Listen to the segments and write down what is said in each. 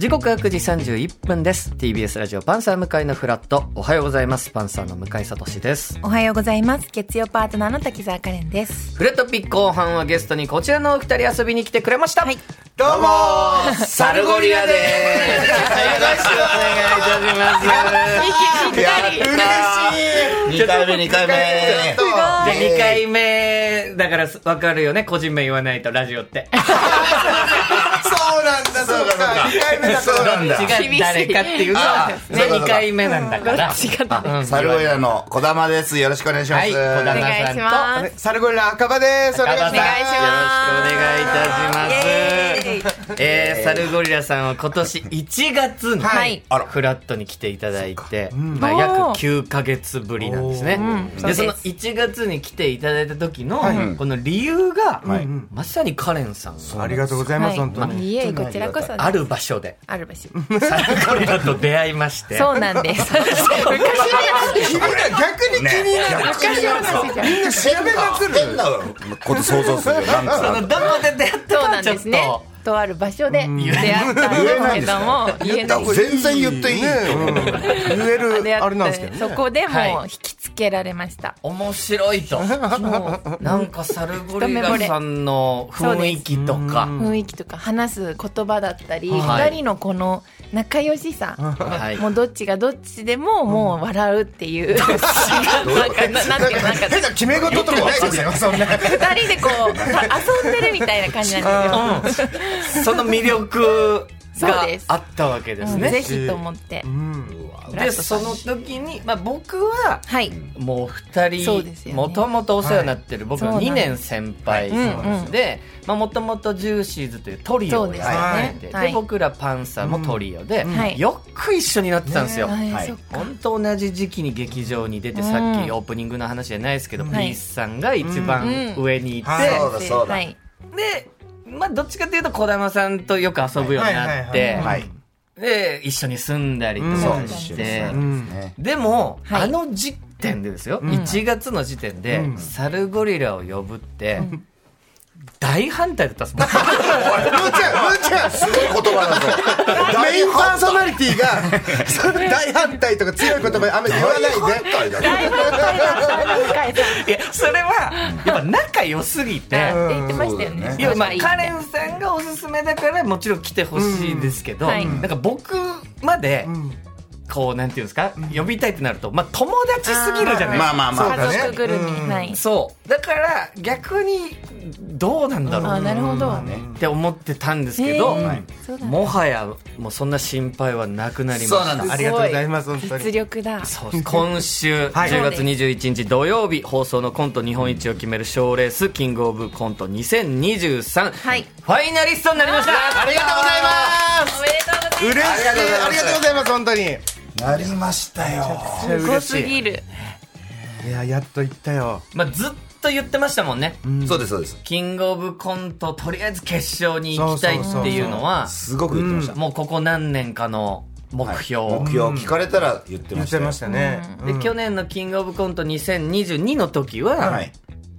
時刻は9時31分です。 TBS ラジオパンサー向井のフラット、おはようございます。パンサーの向井聡です。 おはようございます。月曜パートナーの滝沢カレンです。 フレトピック後半はゲストにこちらのお二人遊びに来てくれました、 はい、 どうもサルゴリラです。よろしくお願いいたします。 嬉しい。2回目じゃあ2回目だから分かるよね、個人名言わないとラジオってそうなんだ、そうか2回目だそうなんだ。 違う誰かっていうのはね、2回目なんだから。 どっちが誰サルゴリラの小玉です。よろしくお願いします。 はい、小玉お願いしさんとます。 サルゴリラ赤羽です。お願いします。 お願いします。 よろしくお願いいたします。 イエーイ。 サルゴリラさんは今年1月にはいフラットに来ていただいて、まあ、約9ヶ月ぶりなんですね。でその1月に来ていただいた時のこの理由が、まさにカレンさんがありがとうございます。本当に。 いえ、こちらこそです。 ある場所である場所。 サルゴリラと出会いまして、 そうなんです。 逆に気になる。 昔話じゃん。 みんな調べまくる。変なこと想像するよ。なんそのどこで出会ったそうなかちょっんですね。 ととある場所で出会ったんですけども、言えない。 全然言っていい。言えるあれなんですけどね。 そこでもう引きつけられました。 面白いと。なんかサルゴリラさんの雰囲気とか、 雰囲気とか話す言葉だったり、 はい二人のこの仲良しさ、 はい、 もうどっちがどっちでももう笑うっていう、なんていうの、なんか変な決め事とかないですよ。そんな。 二人でこう遊んでるみたいな感じなんですよ。 その魅力がそうですあったわけですね。 ぜひと思って。 でその時に、まあ、僕ははい。 もう2人もともとお世話になってる、僕は2年先輩でもともとジューシーズというトリオをやってて、で僕らパンサーもトリオで、よく一緒になってたんですよ。本当同じ時期に劇場に出て、さっきオープニングの話じゃないですけど、ピースさんが一番上にいて、 そうだそうだ。 でまあ、どっちかというと児玉さんとよく遊ぶようになって、で一緒に住んだりとかして、でも、あの時点でですよ、1月の時点で、サルゴリラを呼ぶって、大反対だったんですもん。 むちゃすごい言葉だぞ。メインパーソナリティが大反対とか強い言葉あんまり言わないで。 大反対だった。 いやそれはやっぱ仲良すぎて、 言ってましたよね。 いやまあカレンさんがおすすめだからもちろん来てほしいですけど、なんか僕までこうなんていうんですか、呼びたいってなると、まあ友達すぎるじゃないですか。 まあ家族ぐるみ。 そうだから逆にどうなんだろうあ、なるほどって思ってたんですけど、もはやもうそんな心配はなくなりました。 ありがとうございます。 実力だ。 そう今週10月21日土曜日放送のコント日本一を決める賞レースキングオブコント2023、ファイナリストになりました。 ありがとうございます。 おめでとうございます。 嬉しい。ありがとうございます。本当になりましたよ。 すごすぎる。 いや、やっと行ったよ。 まあずっと言ってましたもんね。 そうですそうです。 キングオブコントとりあえず決勝に行きたいっていうのはすごく言ってました。 もうここ何年かの目標聞かれたら言ってましたね。 で去年のキングオブコント2022の時は、まあ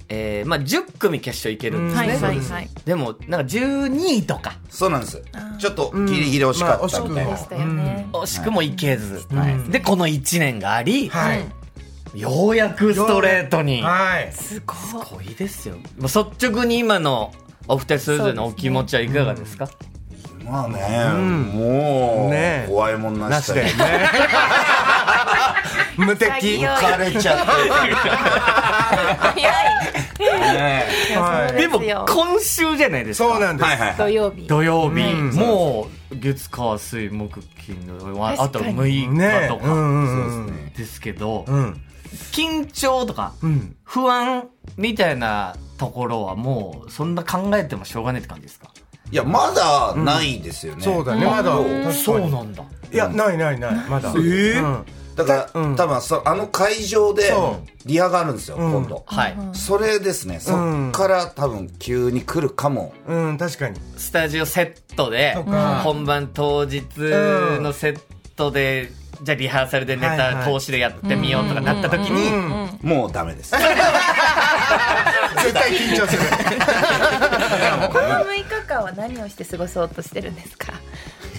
10組決勝いけるんですね。でもなんか12位とか。 そうなんです。ちょっとギリギリ惜しかったみたいな。 惜しくもいけず、でこの1年があり、ようやくストレートに。すごいですよ。率直に今のお二人それぞれのお気持ちはいかがですか？ まあね、もう怖いもんなしだよね。無敵浮かれちゃって早い。 でも今週じゃないですか。 そうなんです。 土曜日もう月火水木金のあと6日とかですけど、緊張とか不安みたいなところはもうそんな考えてもしょうがないって感じですか？ いやまだないですよね。 そうだね、まだ。 そうなんだ。 いや、ないまだ。 だから多分あの会場でリハがあるんですよ今度。それですね。そっから多分急に来るかも。 確かに。 スタジオセットで本番当日のセットでじゃあリハーサルでネタ通しでやってみようとかなった時にもうダメです。 絶対緊張する。 この6日間は何をして過ごそうとしてるんですか？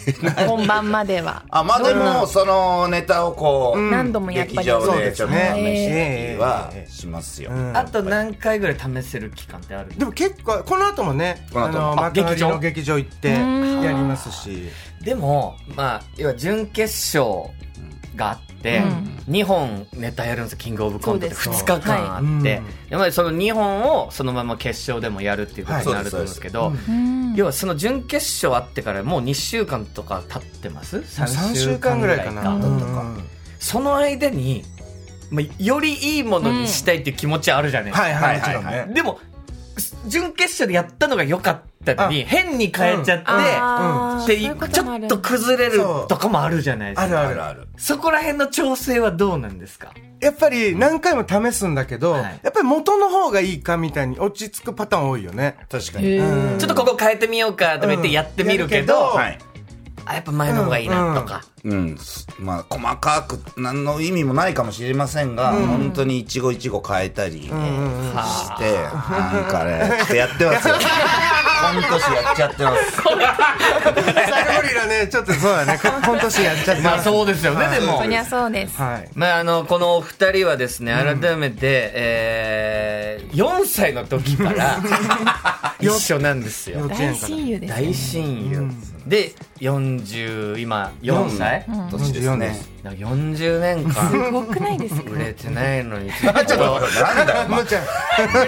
本番までは。 まあでもそのネタをこう何度もやっぱり劇場でちょっと試したりはしますよ。 あと何回ぐらい試せる期間ってある？ でも結構この後もね、劇場行ってやりますし。 でもまあ要は準決勝があって2本ネタやるんですよ。キングオブコントで2日間あってやっぱりその2本をそのまま決勝でもやるっていうことになると思うんですけど、要はその準決勝あってからもう2週間とか経ってます？ 3週間ぐらいかな。 その間によりいいものにしたいっていう気持ちあるじゃないですか。でも準決勝でやったのが良かったのに変に変えちゃってでちょっと崩れるとかもあるじゃないですか。 ある。 そこら辺の調整はどうなんですか？ やっぱり何回も試すんだけど、やっぱり元の方がいいかみたいに落ち着くパターン多いよね。 確かに。 ちょっとここ変えてみようかとか言ってやってみるけど、やっぱ前の方がいいなとか。 まあ細かく何の意味もないかもしれませんが、本当に一期一会変えたりして、なんかねちょっとやってますよ。今年やっちゃってます。 サルゴリラね、ちょっとそうだね。今年やっちゃってます。 まあそうですよね。でもそりゃそうです。 まあこのお二人はですね、改めて4歳の時から一緒なんですよ。 大親友です。 大親友で40今4歳年ですね。 40年間すごくないですか？ 売れてないのにちょっとなんだよむーちゃん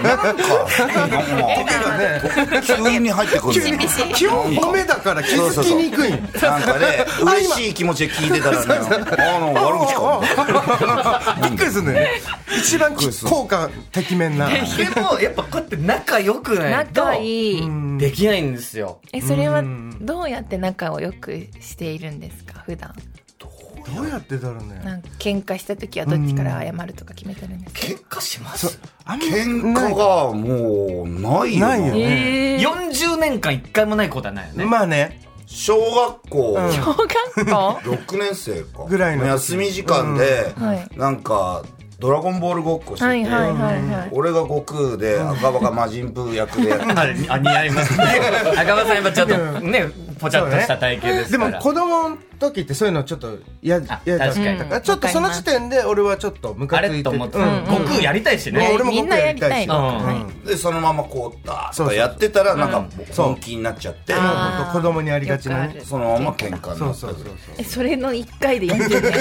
なんか急に入ってくる基本褒めだから気づきにくい。 なんかね嬉しい気持ちで聞いてたらね悪口かびっくりするんだよね。一番効果てきめんな。 でもやっぱこうやって仲良くないとできないんですよ。 それはどうやって仲を良くしているんですか普段？ どうやってだろうね。 なんか喧嘩した時はどっちから謝るとか決めてるんですか？ 喧嘩します？ 喧嘩がもうないよね。40年間1回もないことはないよね。 まあね。 小学校 6 年生かぐらいの休み時間でなんかドラゴンボールごっこしてて、俺が悟空で赤羽が魔人ブー役で似合いますね。赤羽さんやっぱちょっとねぽちゃっとした体型ですから。 でも子供の時ってそういうのちょっと嫌だったからちょっとその時点で俺はちょっとムカついて悟空やりたいしね。 俺も悟空やりたいしでそのままこうだとかやってたらなんか本気になっちゃって子供にありがちなねそのまま喧嘩になった。 それの1回でやってるね。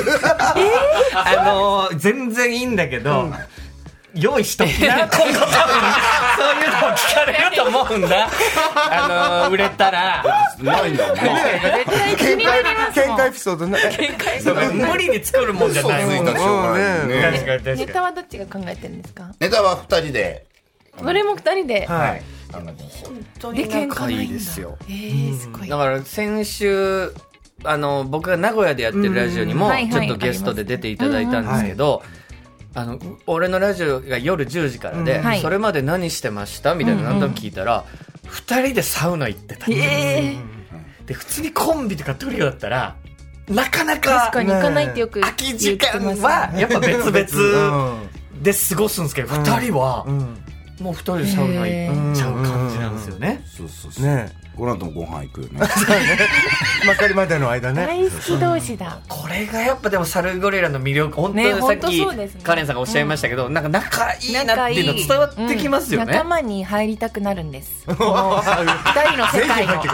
全然いいんだけど用意しときな。今後多分そういうのを聞かれると思うんだ。売れたらないんだもんね。 喧嘩エピソードない。 無理に作るもんじゃない。 ネタはどっちが考えてるんですか？ ネタは2人で。 それも2人で。 はい。本当に仲いいですよ。 すごい。 だから先週僕が名古屋でやってるラジオにもちょっとゲストで出ていただいたんですけど、俺のラジオが夜10時からで、それまで何してましたみたいな何と聞いたら、2人でサウナ行ってた。で普通にコンビとかトリオだったらなかなか確かに行かないってよく空き時間はやっぱ別々で過ごすんですけど、2人はもう2人でサウナ行っちゃう感じなんですよね。 そうね。この後もご飯行くよね。 まかりまでの間ね。 大好き同士だ。 これがやっぱでもサルゴリラの魅力。本当にさっきカレンさんがおっしゃいましたけど、なんか仲いいなっていうの伝わってきますよね。 仲間に入りたくなるんです。2人の世界の。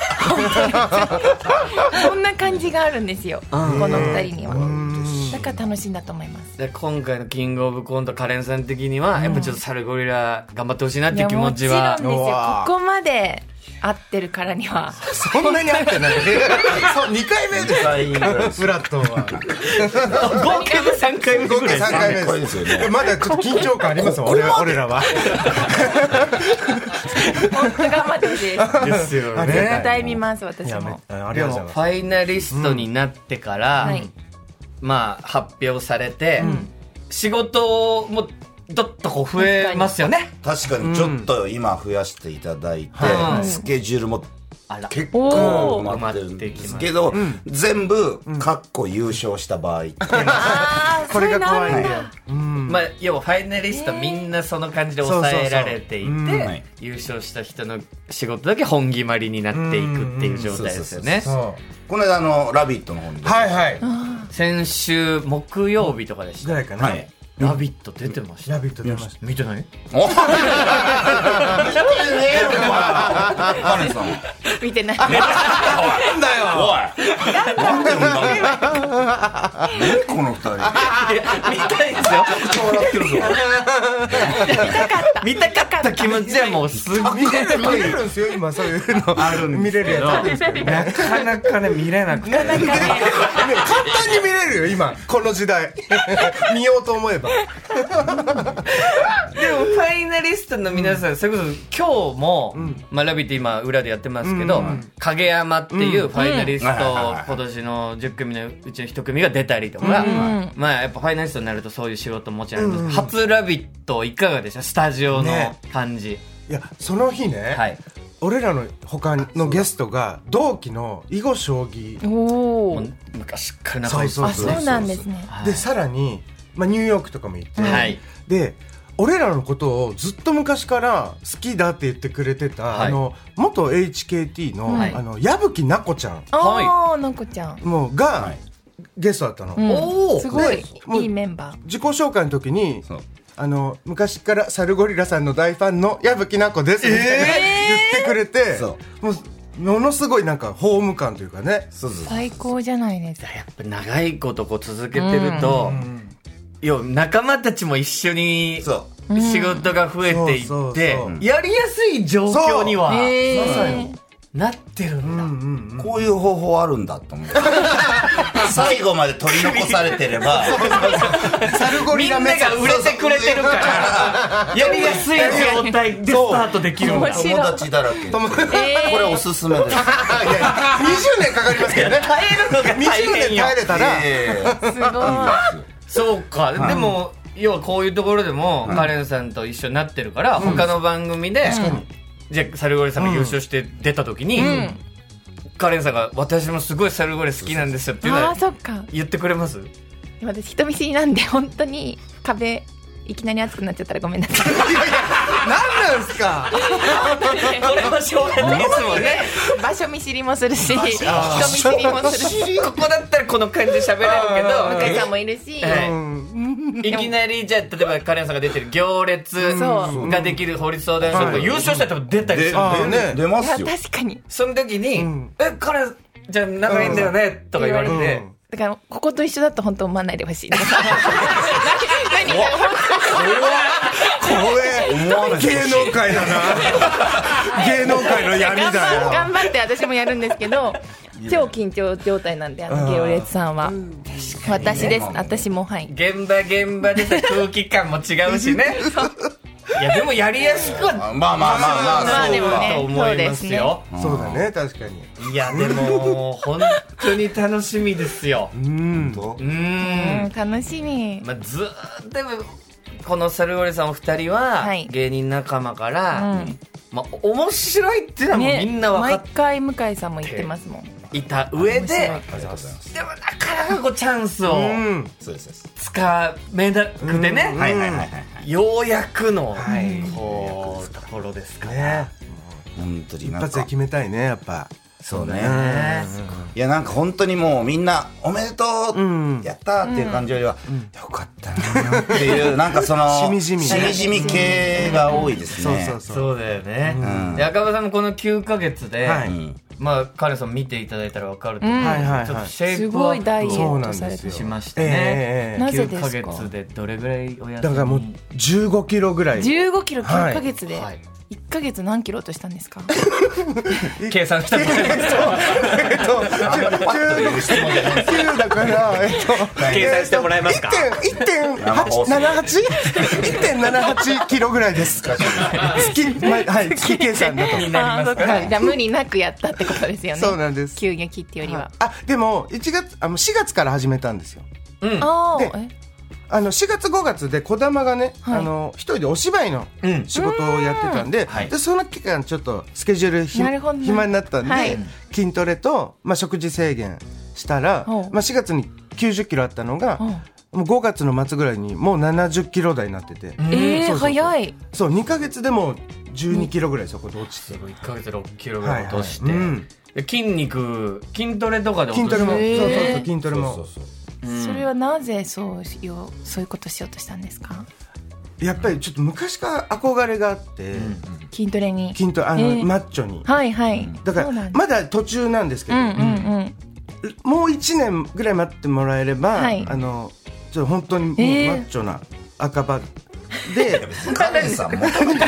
そんな感じがあるんですよ。この2人には。だから楽しいんだと思います。 で今回のキングオブコントカレンさん的にはやっぱちょっとサルゴリラ頑張ってほしいなっていう気持ちは。 もちろんですよ。ここまで合ってるからにはそんなに合ってない。2回目でフラットは合計で3回目ぐらい。 3回目ですよね。 まだちょっと緊張感ありますもん俺らは。 本当頑張ってほしいですよね。 絶対見ます私も。 でもファイナリストになってからまあ発表されて仕事もどっとこう増えますよね。 確かにちょっと今増やしていただいて、スケジュールも結構埋まってるんですけど、全部優勝した場合これが怖いんだよ。 まあ要はファイナリストみんなその感じで抑えられていて、優勝した人の仕事だけ本決まりになっていくっていう状態ですよね。 この間ラビットの方に先週木曜日とかでしたぐらいかな。 ラビット出てました。 ラビット出ました。 見てない？ お見てねえよお前。カレンさん見てない。 なんだよ。 おい。なんでこの二人。 見たいですよ。 笑ってるぞ。 見たかった気持ちはもうすごい見れるんですよ今そういうのあるん見れるやつあるんですけど、 なかなかね見れなくて。簡単に見れるよ今この時代。見ようと思えば。 でもファイナリストの皆さん、それこそ今日も、まあラビット今裏でやってますけど、影山っていうファイナリスト、今年の10組のうちの1組が出たりとか、まあやっぱファイナリストになるとそういう仕事もちろんあります。初ラビットいかがでした？スタジオの感じ。 いやその日ね、俺らの他のゲストが同期の囲碁将棋、 昔から仲いい。 そうなんですね。 でさらにまあ、ニューヨークとかも行って、で俺らのことをずっと昔から好きだって言ってくれてた、元 HKT の、矢吹奈子ちゃん、 奈子ちゃんもうが、ゲストだったの、 すごいいいメンバー。 自己紹介の時に昔からサルゴリラさんの大ファンの矢吹奈子ですみたいな、言ってくれて、もうものすごいなんかホーム感というかね、 最高じゃないですか。 やっぱ長いことこう続けてると、仲間たちも一緒に仕事が増えていってやりやすい状況にはなってるんだ。 こういう方法あるんだと思って最後まで取り残されてればみんなが売れてくれてるからやりやすい状態でスタートできるんだ。 友達だらけ。これおすすめです。20 年かかりますけどね。 耐えるのが大変よ。 20年耐えれたらすごい。 そうか、でも要はこういうところでもカレンさんと一緒になってるから、他の番組でじゃあサルゴリさんが優勝して出た時に、カレンさんが私もすごいサルゴリ好きなんですよっていうのは言ってくれます？ 私人見知りなんで本当に壁いきなり熱くなっちゃったらごめんなさい。 何なんすか。 これはしょうがないですもんね。 場所見知りもするし、人見知りもするし、 ここだったらこの感じで喋れるけど、 向井さんもいるし、 いきなりじゃあ例えばカレンさんが出てる行列ができる法律相談所とか優勝したら多分出たりするんで、 出ますよ。 確かに。 その時にカレンじゃあ仲いいんだよねとか言われて、 だからここと一緒だと本当思わないでほしい。何芸能界だな。芸能界の闇だよ。 頑張って私もやるんですけど、超緊張状態なんで行列さんは。私です。私も現場でさ空気感も違うしね。いやでもやりやすくはまあそうだと思いますよ。 そうだね、確かに。 いやでも本当に楽しみですよ。 楽しみ。 まあずーっとこのサルゴリさんお二人は芸人仲間から、まあ面白いっていうのはもうみんな分かって、 毎回向井さんも言ってますもん。 いた上で、でもなかなかこうチャンスをつかめなくてね、ようやくのこうところですから、 本当に一発で決めたいね、やっぱ。 そうね。いやなんか本当にもうみんなおめでとうやったっていう感じよりはよかったなっていうなんかそのしみじみ系が多いですね。 そうだよね。赤羽さんもこの9ヶ月で、まあカレンさん見ていただいたら分かると思うんですけど、ちょっとシェイプすごいダイエットされてしましてね。9ヶ月でどれぐらいお痩せ？ だからもう15キロぐらい。 15キロ9ヶ月で。1ヶ月何キロとしたんですか？ 計算したもんね。 9だから計算してもらえますか ？1.78 キロぐらいです。月計算だとになりますか。じゃあ無理なくやったってことですよね。 そうなんです。 急激ってよりは。 でも4月から始めたんですよ。 で 4月5月で児玉がね、一人でお芝居の仕事をやってたんで、でその期間ちょっとスケジュール暇になったんで、筋トレと、食事制限したら、4月に90キロあったのが、もう5月の末ぐらいにもう70キロ台になってて、 早い。 そう2ヶ月でも12キロぐらいそこで落ちて、 1ヶ月6キロぐらい落として、筋トレとかで落として、 筋トレも、そう筋トレも。 それはなぜそういうことしようとしたんですか？ やっぱりちょっと昔から憧れがあって、 筋トレにマッチョに、だからまだ途中なんですけど、もう1年ぐらい待ってもらえれば、ちょっと本当にもうマッチョな赤羽で、 カレンさんもう1年く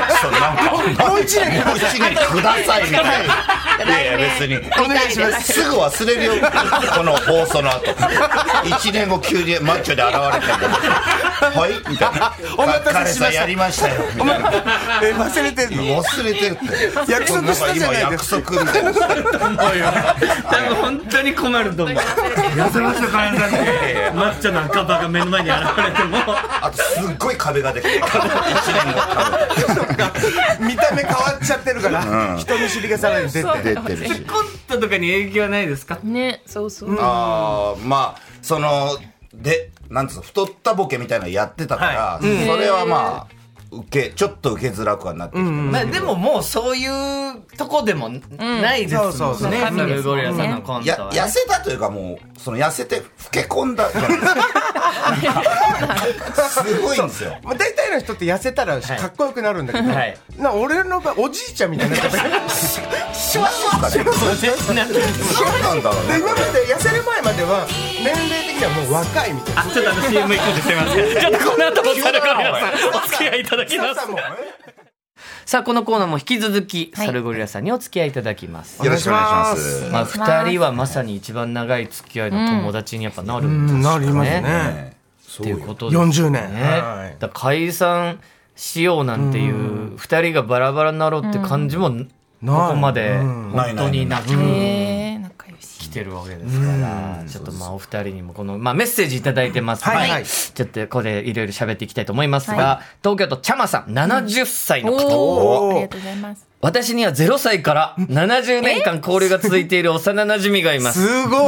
ださいみたいな。いや別にお願いします。 すぐ忘れるよこの放送の後。1年後急にマッチョで現れてもはいみたいな。 お待たせしました。 カレンさんやりましたよみたいな。 忘れてるの？ 忘れてるって約束したじゃないですか。 今約束みたいな。 多分本当に困ると思う。痩せましたカレンさんにマッチョな赤羽が目の前に現れても、 あとすっごい壁ができて1年後見た目変わっちゃってるから、人見知りがさらに出てるし、 コントとかに影響はないですかね。そうなんつうの、太ったボケみたいなのやってたから、それはちょっと受けづらくはなってきた。 でももうそういうとこでもないですもんね。サルゴリラさんのコントは痩せたというか、もうその痩せて老け込んだじゃないですか。すごいんですよ。 大体の人って痩せたらかっこよくなるんだけど、俺の場合おじいちゃんみたいになっちゃったしわしわかね。そうなんだろうね。 今まで痩せる前までは年齢的にはもう若いみたいな。 ちょっとCM 行くんですいません。ちょっとこの後もサルゴリラさんお付き合いいただきます。さあこのコーナーも引き続きサルゴリラさんにお付き合いいただきます。 よろしくお願いします。 2人はまさに一番長い付き合いの友達にやっぱなるんですね。 なりますね。 っていうことです 40年。 だ解散しようなんていう2人がバラバラになろうって感じもここまで本当になく来てるわけですから、ちょっとお二人にもこのメッセージいただいてますので、ちょっとここでいろいろ喋っていきたいと思いますが、東京都ちゃまさん70歳の方、 ありがとうございます。 私には0歳から70年間交流が続いている幼馴染がいます。 すごい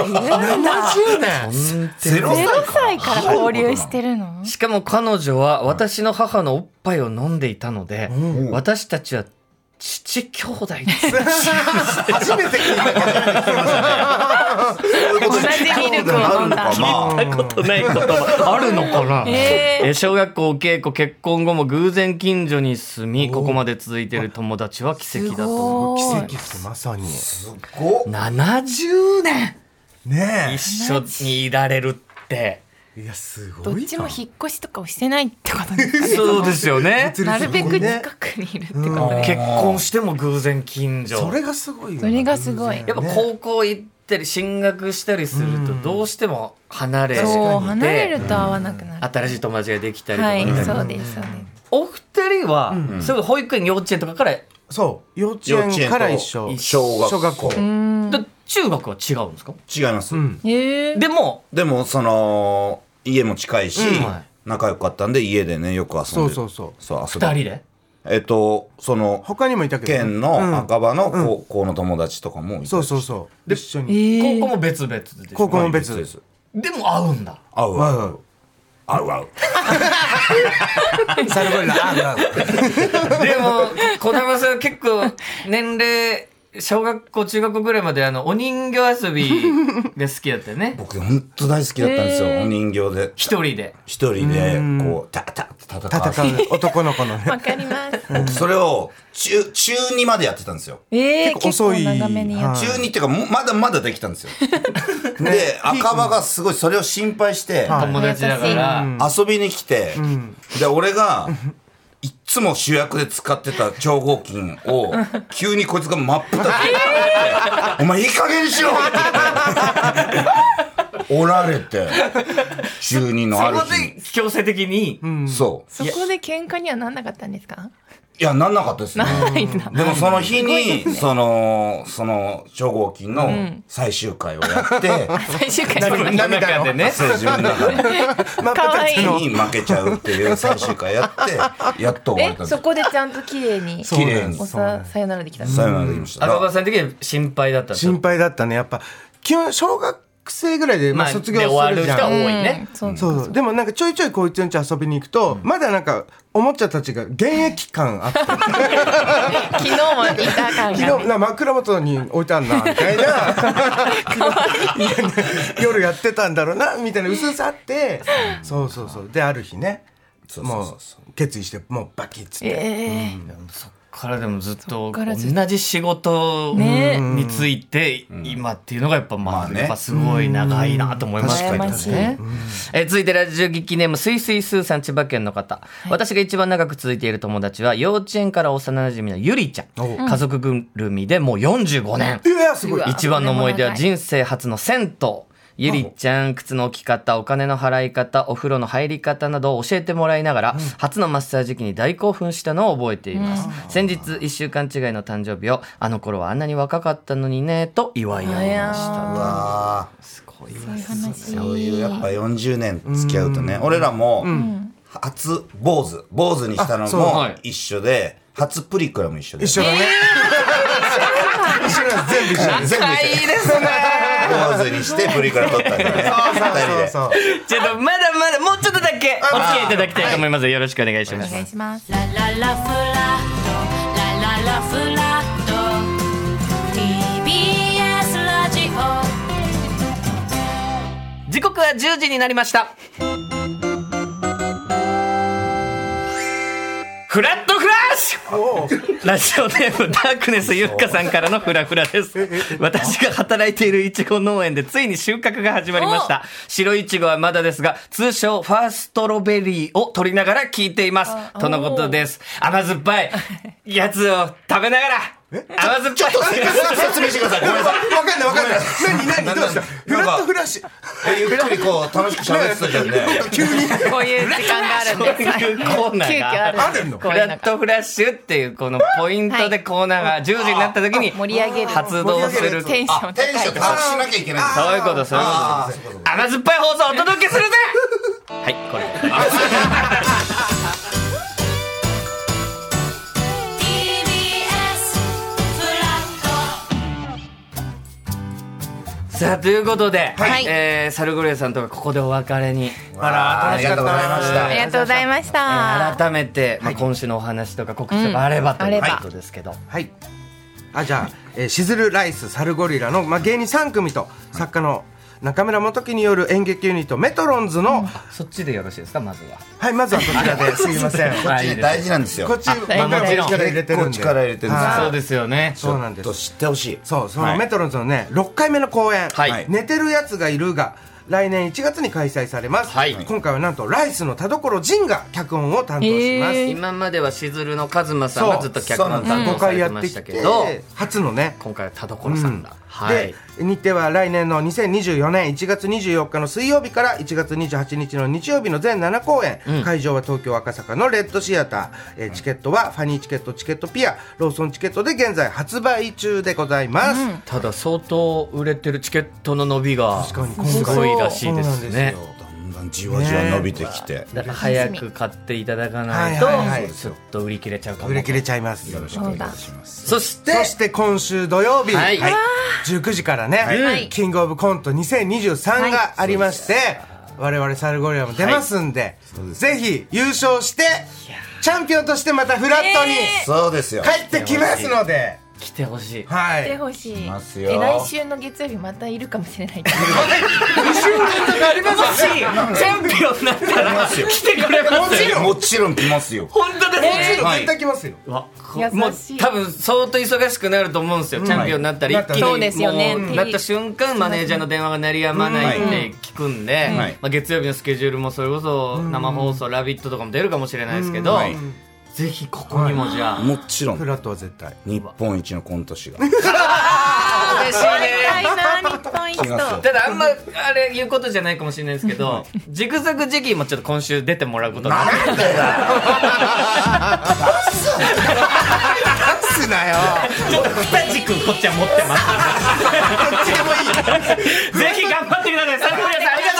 70年 0歳から交流してるの？ しかも彼女は私の母のおっぱいを飲んでいたので、私たちは父兄弟です。 初めて聞いた。 同じミルクを飲んだ。 聞いたことない言葉あるのかな。小学校稽古結婚後も偶然近所に住み、ここまで続いている友達は奇跡だと思う。 奇跡ってまさにすごっ。 70年ね一緒にいられるって。 いやすごい。 どっちも引っ越しとかをしてないってことですかね。 そうですよね。 なるべく近くにいるってこと結婚しても偶然近所。 それがすごいよ。 それがすごい。 やっぱ高校行ったり進学したりするとどうしても離れて、 離れると会わなくなる。 新しい友達ができたりとか、 そうですそうです。 お二人はすぐ保育園幼稚園とかから、 そう幼稚園から一緒。 小学校。 中学は違うんですか？ 違います。 でもその家も近いし仲良かったんで、家でねよく遊んで。そう 2人でその他にもいたけど、 県の赤羽の高校の友達とかもいた。 そう一緒に。 高校も別々で。 高校も別です。 でも会うんだ。 会うサルゴリラ合う。 でも児玉さん結構年齢小学校中学校ぐらいまでお人形遊びが好きだったよね。 僕本当大好きだったんですよ。お人形で一人でこうタタッ戦う男の子のね。 わかります。 僕それを中2までやってたんですよ。 結構遅い。長めにや中2っていうかまだできたんですよ。で赤羽がすごいそれを心配して友達だから遊びに来て、で俺がいつも主役で使ってた超合金を急にこいつが真っ二つにお前いい加減にしろっておられて、中2のある日そこで強制的に、 そこで喧嘩にはなんなかったんですか？ いや、なんなかったですね。でもその日に、その、超合金の最終回をやって、 最終回涙でね。 そう、自分の中で。 かわいい。 に負けちゃうっていう最終回やって、やっと終わったんです。 そこでちゃんと綺麗に。 綺麗に。 さよならできた。 さよならできました。 赤川さん的には心配だった。 心配だったね。やっぱ、基本、小学生ぐらいで卒業するじゃん。 終わる人は多いね。 そう。でもなんかちょいちょいこいつんち遊びに行くと、まだなんか、おもちゃたちが現役感あって。昨日もいた感が。 昨日、枕元に置いてあんな、みたいな。夜やってたんだろうな、みたいな薄々あって。そう。で、ある日ね、もう、決意して、もうバキッつって。 からでもずっと同じ仕事について今っていうのがやっぱやっぱすごい長いなと思いますけどね。続いてラジオ劇ネームすいすいすーさん、千葉県の方。私が一番長く続いている友達は幼稚園から幼馴染のゆりちゃん。家族ぐるみでもう45年。一番の思い出は人生初の銭湯。ゆりちゃん、靴の置き方、お金の払い方、お風呂の入り方などを教えてもらいながら、初のマッサージ機に大興奮したのを覚えています。先日、1週間違いの誕生日を、あの頃はあんなに若かったのにね、と祝い合いました。 うわー、 すごいそういうやっぱ40年付き合うとね、俺らも、初坊主にしたのも一緒で、初プリクラも一緒で。 一緒だね。一緒だ、全部一緒。 仲いいですね。 坊主にしてプリクラ撮ったんでね。 そう。ちょっとまだまだもうちょっとだけお付き合いいただきたいと思います。よろしくお願いします。 お願いします。 ラララフラット、ラララフラット、TBS ラジオ。時刻は10時になりました。フラットフラッシュ。ラジオネームダークネスゆっかさんからのフラフラです。私が働いているいちご農園でついに収穫が始まりました。白いちごはまだですが、通称ファーストロベリーを取りながら聞いています。とのことです。甘酸っぱいやつを食べながら、甘酸っぱい。 ちょっと説明してください。ごめんなさい。 わかんない。何どうした？フラットフラッシュ。 ゆっくりこう楽しく喋ってたじゃんね。 急にこういう時間があるんです。 そういうコーナーがあるの？ フラットフラッシュっていうこのポイントでコーナーが10時になった時に盛り上げる発動する。 テンションテンション高くしなきゃいけない。 そういうこと。甘酸っぱい放送をお届けするぜ。はい、これ。さあということで、サルゴリラさんとかここでお別れに。 ありがとうございました。 ありがとうございました。 改めて、今週のお話とか告知とかあればということですけど。 はい。じゃあ、しずるライスサルゴリラの、芸人3組と作家の中村元樹による演劇ユニットメトロンズの、 そっちでよろしいですか、まずは。 はい、まずはこちらですいません。 こっち大事なんですよ。 こっちもちろん力入れてるんで。 力入れてるんです。 そうですよね。 そうなんです。 知ってほしい。 そう、そのメトロンズのね、6回目の公演、寝てるやつがいるが来年1月に開催されます。今回はなんとライスの田所仁が脚本を担当します。 今まではしずるのカズマさんがずっと脚本担当されてましたけど、 5回やってきて初のね、 今回は田所さんだ。 で、日程は来年の2024年1月24日の水曜日から1月28日の日曜日の全7公演、会場は東京赤坂のレッドシアター、チケットはファニーチケット、チケットピア、ローソンチケットで現在発売中でございます。 ただ相当売れてるチケットの伸びがすごいらしいですね。 じわじわ伸びてきて、 早く買っていいただかないとちょっと売り切れちゃうかも。 売り切れちゃいます。 よろしくお願いします。 そして今週土曜日、19時からね、キングオブコント2023がありまして、我々サルゴリラも出ますんで、ぜひ優勝してチャンピオンとしてまたフラットにそうですよ帰ってきますので、 来てほしい。 来てほしい。来週の月曜日またいるかもしれない。2 週連続ありますし、チャンピオンになったら来てくれますよ。 もちろん来ますよ。 本当ですね。 もちろん絶対来ますよ。 もう多分相当忙しくなると思うんですよ。チャンピオンになったら一気にそうですよね。 なった瞬間マネージャーの電話が鳴りやまないって聞くんで、月曜日のスケジュールもそれこそ生放送ラビットとかも出るかもしれないですけど。ぜひここにもじゃあ、 もちろんフラットは絶対日本一のコント師が嬉しいね。 日本ただあんまあれ言うことじゃないかもしれないですけど、ジグザグジギーもちょっと今週出てもらうことになって。 なんでだ出すなよ。 ちょっと二軸こっちは持ってます。どっちでもいい。ぜひ頑張ってください。佐藤さんありがとうございました。